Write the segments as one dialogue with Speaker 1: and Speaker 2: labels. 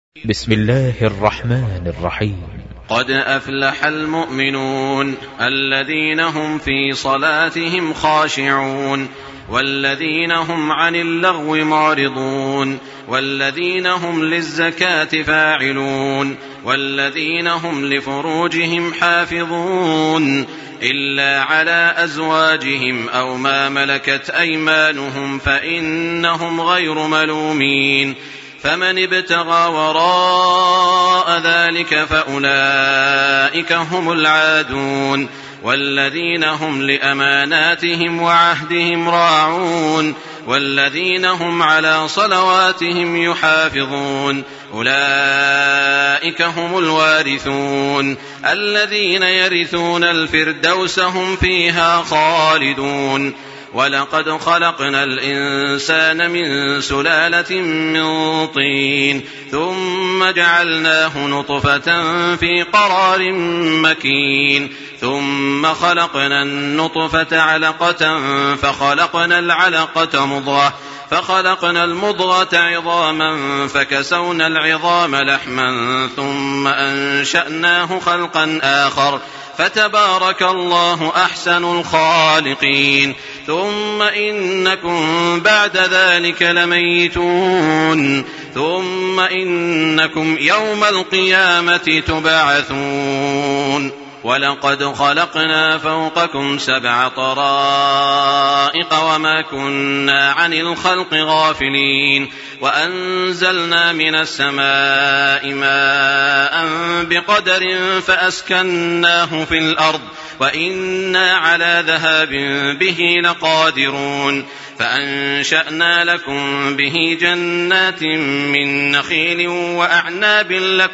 Speaker 1: بسم الله الرحمن الرحيم.
Speaker 2: قد أفلح المؤمنون الذين هم في صلاتهم خاشعون والذين هم عن اللغو معرضون والذين هم للزكاة فاعلون والذين هم لفروجهم حافظون إلا على أزواجهم أو ما ملكت أيمانهم فإنهم غير ملومين فمن ابتغى وراء ذلك فأولئك هم العادون والذين هم لأماناتهم وعهدهم راعون والذين هم على صلواتهم يحافظون أولئك هم الوارثون الذين يرثون الفردوس هم فيها خالدون. ولقد خلقنا الإنسان من سلالة من طين ثم جعلناه نطفة في قرار مكين ثم خلقنا النطفة علقة فخلقنا العلقة مضغة فخلقنا المضغة عظاما فكسونا العظام لحما ثم أنشأناه خلقا آخر فتبارك الله أحسن الخالقين. ثم إنكم بعد ذلك لميتون ثم إنكم يوم القيامة تبعثون. ولقد خلقنا فوقكم 7 طرائق وما كنا عن الخلق غافلين وأنزلنا من السماء ماء بقدر فأسكناه في الأرض وإنا على ذهاب به لقادرون فأنشأنا لكم به جنات من نخيل وأعناب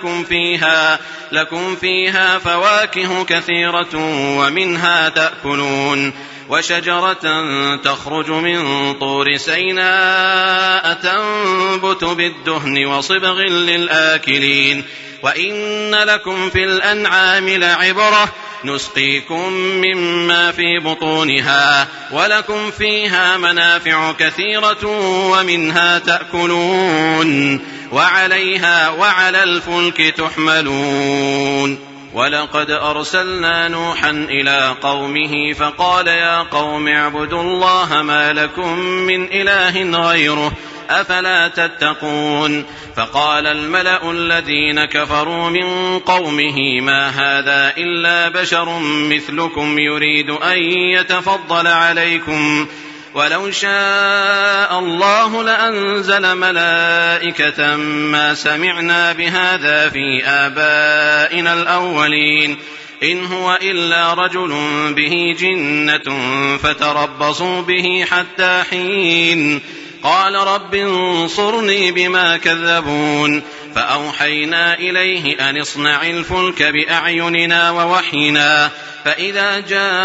Speaker 2: لكم فيها فواكه كثيرة ومنها تأكلون وشجرة تخرج من طور سيناء تنبت بالدهن وصبغ للآكلين وإن لكم في الأنعام لعبرة نسقيكم مما في بطونها ولكم فيها منافع كثيرة ومنها تأكلون وعليها وعلى الفلك تحملون. ولقد أرسلنا نوحا إلى قومه فقال يا قوم اعبدوا الله ما لكم من إله غيره أفلا تتقون. فقال الملأ الذين كفروا من قومه ما هذا إلا بشر مثلكم يريد أن يتفضل عليكم ولو شاء الله لأنزل ملائكة ما سمعنا بهذا في آبائنا الأولين إن هو إلا رجل به جنة فتربصوا به حتى حين. قال رب انصرني بما كذبون فأوحينا إليه أن اصنع الفلك بأعيننا ووحينا فإذا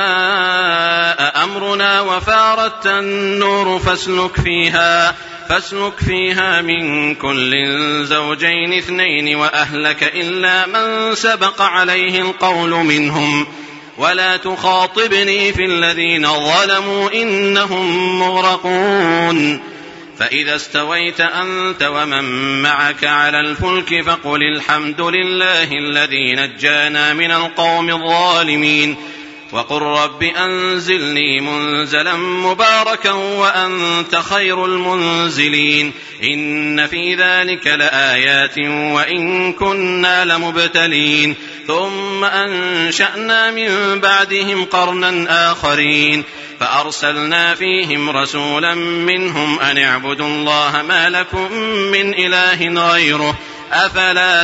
Speaker 2: جاء أمرنا وفارت النور فاسلك فيها من كل زوجين 2 وأهلك إلا من سبق عليه القول منهم ولا تخاطبني في الذين ظلموا إنهم مغرقون. فإذا استويت أنت ومن معك على الفلك فقل الحمد لله الذي نجانا من القوم الظالمين وقل رب أنزلني منزلا مباركا وأنت خير المنزلين إن في ذلك لآيات وإن كنا لمبتلين. ثم أنشأنا من بعدهم قرنا آخرين فأرسلنا فيهم رسولا منهم أن اعبدوا الله ما لكم من إله غيره أفلا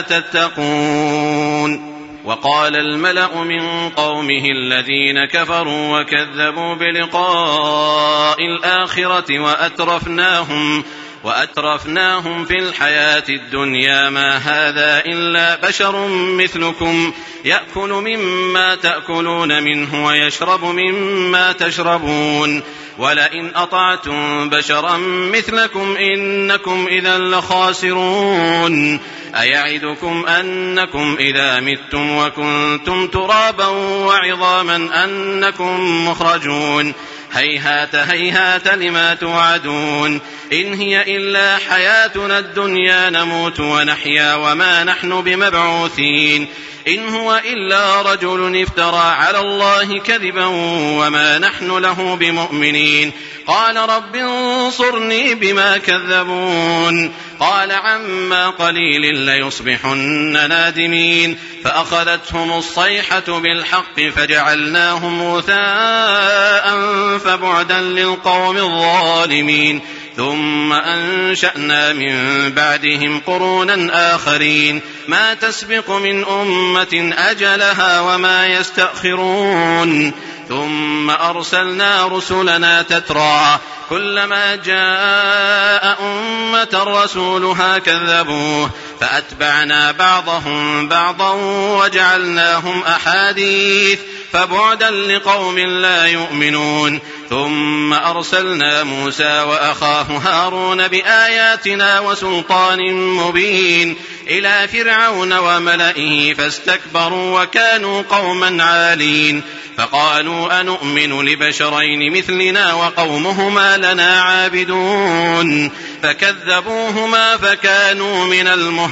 Speaker 2: تتقون. وقال الملأ من قومه الذين كفروا وكذبوا بلقاء الآخرة وأترفناهم في الحياة الدنيا ما هذا إلا بشر مثلكم يأكل مما تأكلون منه ويشرب مما تشربون ولئن أطعتم بشرا مثلكم إنكم إذا لخاسرون. أيعدكم أنكم إذا متم وكنتم ترابا وعظاما أنكم مخرجون هيهات هيهات لما توعدون إن هي إلا حياتنا الدنيا نموت ونحيا وما نحن بمبعوثين إن هو إلا رجل افترى على الله كذبا وما نحن له بمؤمنين قال رب انصرني بما كذبون قال عما قليل ليصبحن نادمين فأخذتهم الصيحة بالحق فجعلناهم غثاء فبعدا للقوم الظالمين ثم أنشأنا من بعدهم قرونا آخرين ما تسبق من أمة أجلها وما يستأخرون ثم أرسلنا رسلنا تترى كلما جاء أمة رسولها كذبوه فأتبعنا بعضهم بعضا وجعلناهم أحاديث فبعدا لقوم لا يؤمنون ثم أرسلنا موسى وأخاه هارون بآياتنا وسلطان مبين إلى فرعون وملئه فاستكبروا وكانوا قوما عالين فقالوا أنؤمن لبشرين مثلنا وقومهما لنا عابدون فكذبوهما فكانوا من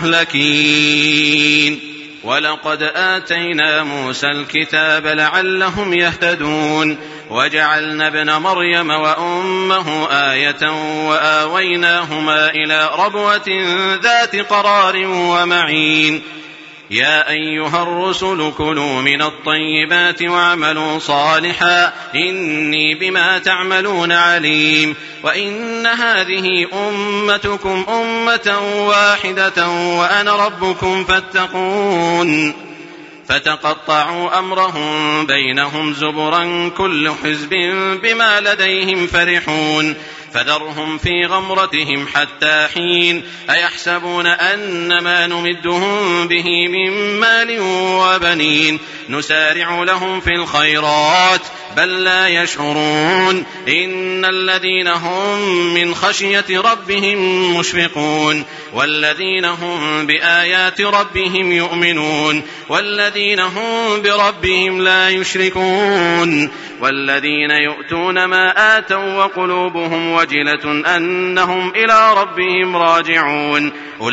Speaker 2: المهلكين ولقد آتينا موسى الكتاب لعلهم يهتدون وجعلنا ابن مريم وأمه آية وآويناهما إلى ربوة ذات قرار ومعين يا أيها الرسل كلوا من الطيبات واعملوا صالحا إني بما تعملون عليم وإن هذه أمتكم أمة واحدة وأنا ربكم فاتقون فتقطعوا أمرهم بينهم زبرا كل حزب بما لديهم فرحون فذرهم في غمرتهم حتى حين أيحسبون أن ما نمدهم به من مال وبنين نسارع لهم في الخيرات بل لا يشعرون إن الذين هم من خشية ربهم مشفقون والذين هم بآيات ربهم يؤمنون والذين هم بربهم لا يشركون والذين يؤتون ما آتوا وقلوبهم وجلة أنهم إلى ربهم راجعون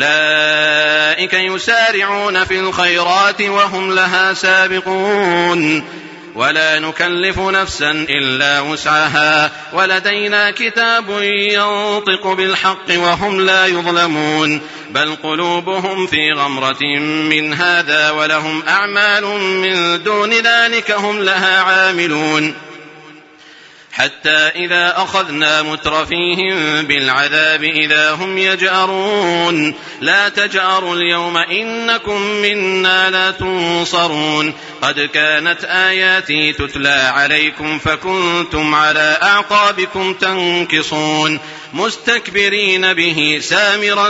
Speaker 2: أولئك يسارعون في الخيرات وهم لها سابقون ولا نكلف نفسا إلا وسعها ولدينا كتاب ينطق بالحق وهم لا يظلمون بل قلوبهم في غمرة من هذا ولهم أعمال من دون ذلك هم لها عاملون حتى إذا أخذنا مترفيهم بالعذاب إذا هم يجأرون لا تجأروا اليوم إنكم منا لا تنصرون قد كانت آياتي تتلى عليكم فكنتم على أعقابكم تنكصون مستكبرين به سامرا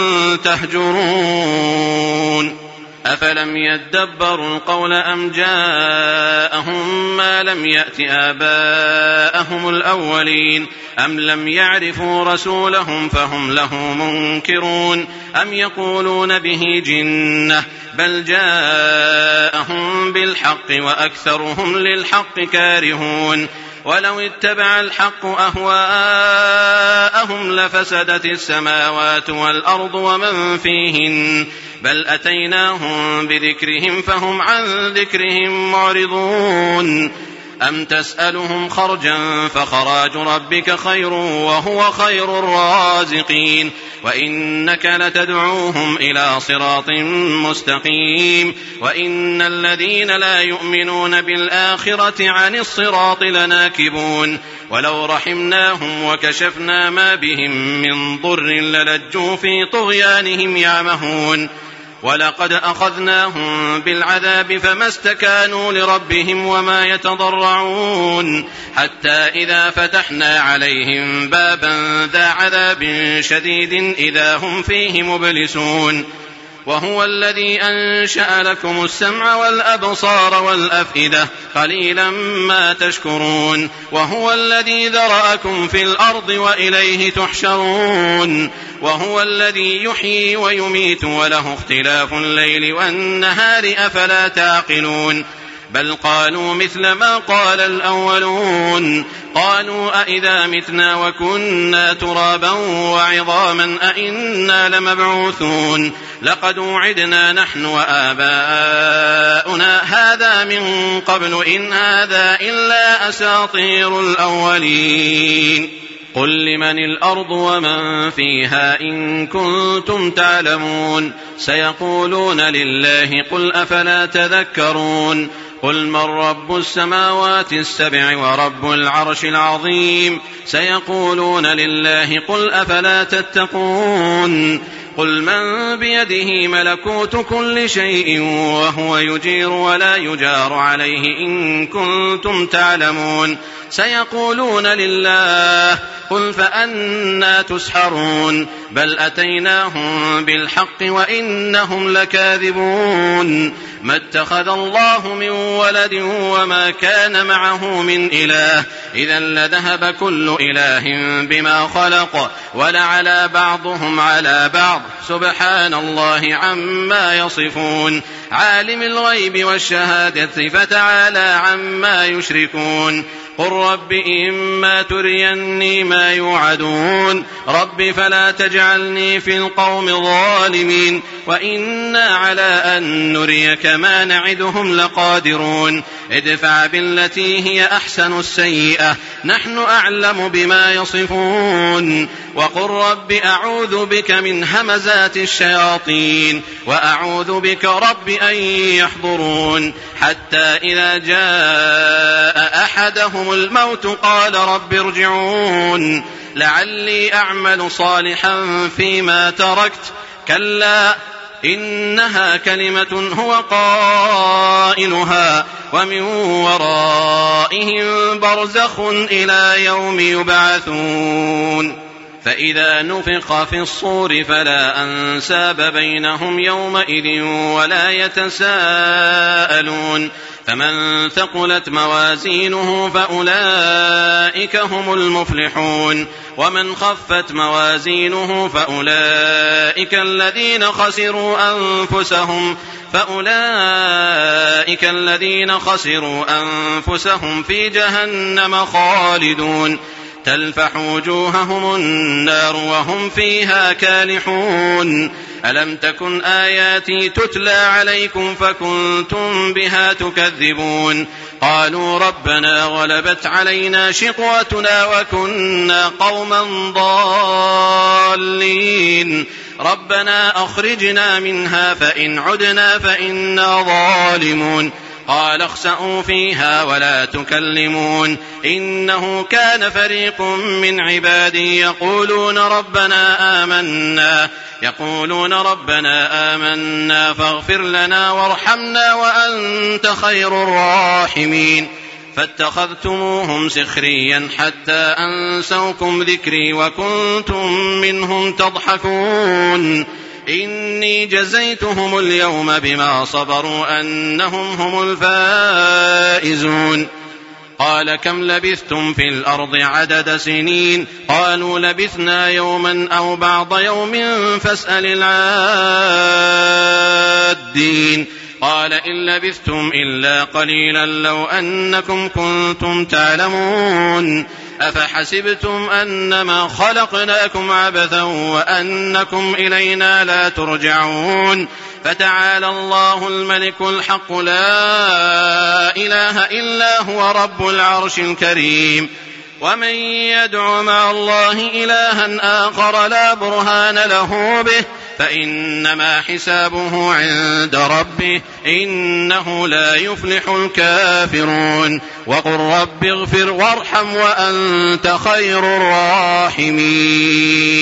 Speaker 2: تهجرون أفلم يدبروا القول أم جاءهم ما لم يأت آباءهم الأولين أم لم يعرفوا رسولهم فهم له منكرون أم يقولون به جنة بل جاءهم بالحق وأكثرهم للحق كارهون ولو اتبع الحق أهواءهم لفسدت السماوات والأرض ومن فيهن بل أتيناهم بذكرهم فهم عن ذكرهم معرضون أم تسألهم خرجا فخراج ربك خير وهو خير الرازقين وإنك لتدعوهم إلى صراط مستقيم وإن الذين لا يؤمنون بالآخرة عن الصراط لناكبون ولو رحمناهم وكشفنا ما بهم من ضر للجوا في طغيانهم يعمهون ولقد أخذناهم بالعذاب فما استكانوا لربهم وما يتضرعون حتى إذا فتحنا عليهم بابا ذا عذاب شديد إذا هم فيه مبلسون وهو الذي أنشأ لكم السمع والأبصار والأفئدة قليلا ما تشكرون وهو الذي ذرأكم في الأرض وإليه تحشرون وهو الذي يحيي ويميت وله اختلاف الليل والنهار أفلا تعقلون بل قالوا مثل ما قال الأولون قالوا أئذا متنا وكنا ترابا وعظاما أئنا لمبعوثون لقد وعدنا نحن وآباؤنا هذا من قبل إن هذا إلا أساطير الأولين قل لمن الأرض ومن فيها إن كنتم تعلمون سيقولون لله قل أفلا تذكرون قل من رب السماوات السبع ورب العرش العظيم سيقولون لله قل أفلا تتقون قل من بيده ملكوت كل شيء وهو يجير ولا يجار عليه إن كنتم تعلمون سيقولون لله قل فأنى تسحرون بل أتيناهم بالحق وإنهم لكاذبون ما اتخذ الله من ولد وما كان معه من إله إذا لذهب كل إله بما خلق ولعلى بعضهم على بعض سبحان الله عما يصفون عالم الغيب والشهادة فتعالى عما يشركون قل رب إما تريني ما يوعدون رب فلا تجعلني في القوم الظالمين وإنا على أن نريك ما نعدهم لقادرون ادفع بالتي هي أحسن السيئة نحن أعلم بما يصفون وقل رب أعوذ بك من همزات الشياطين وأعوذ بك رب أن يحضرون حتى إذا جاء أحدهم الموت قال رب ارجعون لعلي أعمل صالحا فيما تركت كلا إنها كلمة هو قائلها ومن ورائهم برزخ إلى يوم يبعثون فإذا نفخ في الصور فلا أنساب بينهم يومئذ ولا يتساءلون فمن ثقلت موازينه فأولئك هم المفلحون ومن خفت موازينه فأولئك الذين خسروا أنفسهم في جهنم خالدون تلفح وجوههم النار وهم فيها كالحون ألم تكن آياتي تتلى عليكم فكنتم بها تكذبون قالوا ربنا غلبت علينا شقوتنا وكنا قوما ضالين ربنا أخرجنا منها فإن عدنا فإنا ظالمون قال اخسئوا فيها ولا تكلمون إنه كان فريق من عبادي يقولون ربنا آمنا فاغفر لنا وارحمنا وأنت خير الراحمين فاتخذتموهم سخريا حتى أنسوكم ذكري وكنتم منهم تضحكون إني جزيتهم اليوم بما صبروا أنهم هم الفائزون قال كم لبثتم في الأرض عدد سنين قالوا لبثنا يوما أو بعض يوم فاسأل العادين قال إن لبثتم إلا قليلا لو أنكم كنتم تعلمون أفحسبتم أنما خلقناكم عبثا وأنكم إلينا لا ترجعون فتعالى الله الملك الحق لا إله إلا هو رب العرش الكريم ومن يدع مع الله إلها آخر لا برهان له به فإنما حسابه عند ربه إنه لا يفلح الكافرون وقل رب اغفر وارحم وأنت خير الراحمين